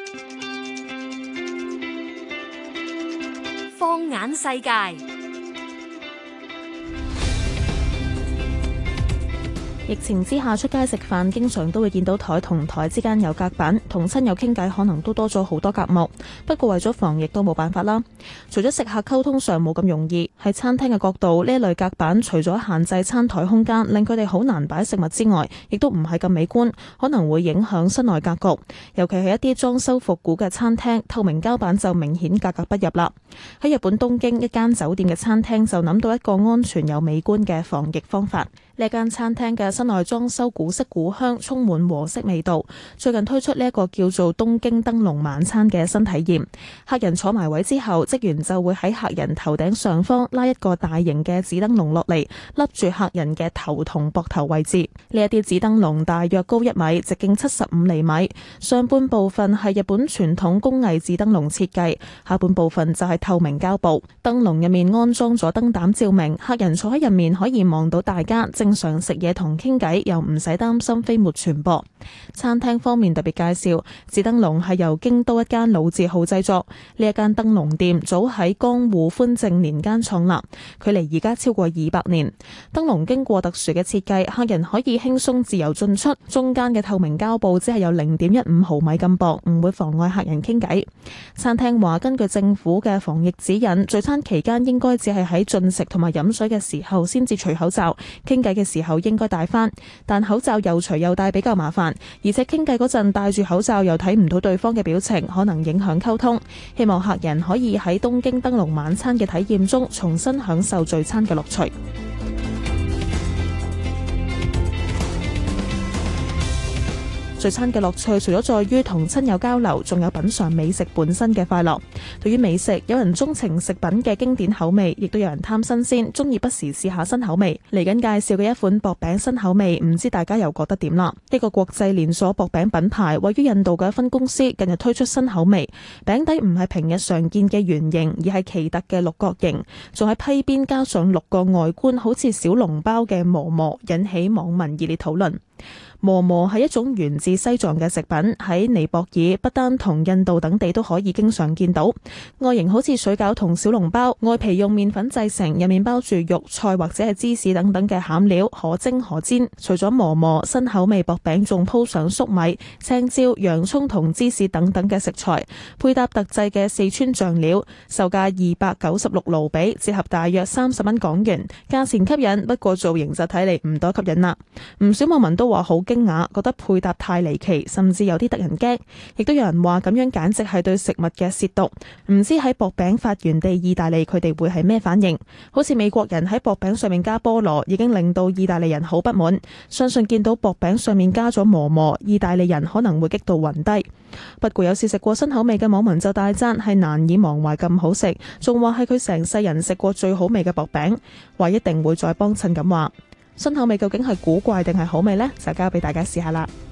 放眼世界。 疫情之下出街食飯，經常都會見到台同台之間有隔板，同親友傾偈可能都多咗好多隔膜。不過為咗防疫都冇辦法啦。除咗食客溝通上冇咁容易，喺餐廳嘅角度，呢一類隔板除咗限制餐台空間，令佢哋好難擺食物之外，亦都唔係咁美觀，可能會影響室內格局。尤其係一啲裝修復古嘅餐廳，透明膠板就明顯格格不入啦。喺日本東京一間酒店嘅餐廳就諗到一個安全又美觀嘅防疫方法。呢間餐廳嘅室內裝修古色古香，充滿和式味道。最近推出呢一個叫做東京燈籠晚餐嘅新體驗。客人坐埋位之後，職員就會喺客人頭頂上方拉一個大型嘅紙燈籠落嚟，笠住客人嘅頭同膊頭位置。呢一啲紙燈籠大約高1米，直徑75厘米。上半部分係日本傳統工藝紙燈籠設計，下半部分就係透明膠布。燈籠入面安裝咗燈膽照明，客人坐喺入面可以望到大家正常食嘢同傾偈，又唔使擔心飛沫傳播。餐廳方面特別介紹，紙燈籠係由京都一間老字號製作。呢一間燈籠店早喺江戶寬正年間創立，距離而家超過200年。燈籠經過特殊嘅設計，客人可以輕鬆自由進出，中間嘅透明膠布只係有0.15毫米咁薄，唔會妨礙客人傾偈。餐廳話根據政府嘅防疫指引，聚餐期間應該只係喺進食同埋飲水嘅時候先至除口罩，傾偈嘅時候應該戴返，但口罩又除又戴比較麻煩，而且傾偈嗰陣戴住口罩又睇唔到對方嘅表情，可能影響溝通。希望客人可以喺東京燈籠晚餐嘅體驗中重新享受聚餐嘅樂趣。聚餐嘅樂趣除咗在於同親友交流，仲有品嘗美食本身嘅快樂。對於美食，有人鍾情食品嘅經典口味，亦都有人貪新鮮，鍾意不時試下新口味。嚟緊介紹嘅一款薄餅新口味，唔知大家又覺得點啦？一個國際連鎖薄餅品牌位於印度嘅分公司近日推出新口味，餅底唔係平日常見嘅圓形，而係奇特嘅六角形，仲喺批邊加上6個外觀好似小籠包嘅饃饃，引起網民熱烈討論。饃饃係一種源自西藏嘅食品，喺尼泊爾、不丹同印度等地都可以經常見到。外形好似水餃同小籠包，外皮用麵粉製成，入面包住肉菜或者係芝士等等嘅餡料，可蒸可煎。除咗饃饃，新口味薄餅仲鋪上粟米、青椒、洋葱同芝士等等嘅食材，配搭特製嘅四川醬料，售價296盧比，折合大約30蚊港元，價錢吸引，不過造型就睇嚟唔多吸引啦。唔少網民都話好驚訝，覺得配搭太離奇，甚至有啲得人驚。亦都有人話咁樣簡直係對食物嘅褻瀆。唔知喺薄餅發源地意大利，佢哋會係咩反應？好似美國人喺薄餅上面加菠蘿，已經令到意大利人好不滿。相信見到薄餅上面加咗饃饃，意大利人可能會激到暈低。不過有試食過新口味嘅網民就大讚係難以忘懷咁好食，仲話係佢成世人食過最好味嘅薄餅，話一定會再幫襯咁話。新口味究竟係古怪定係好味呢？就交俾大家試下啦。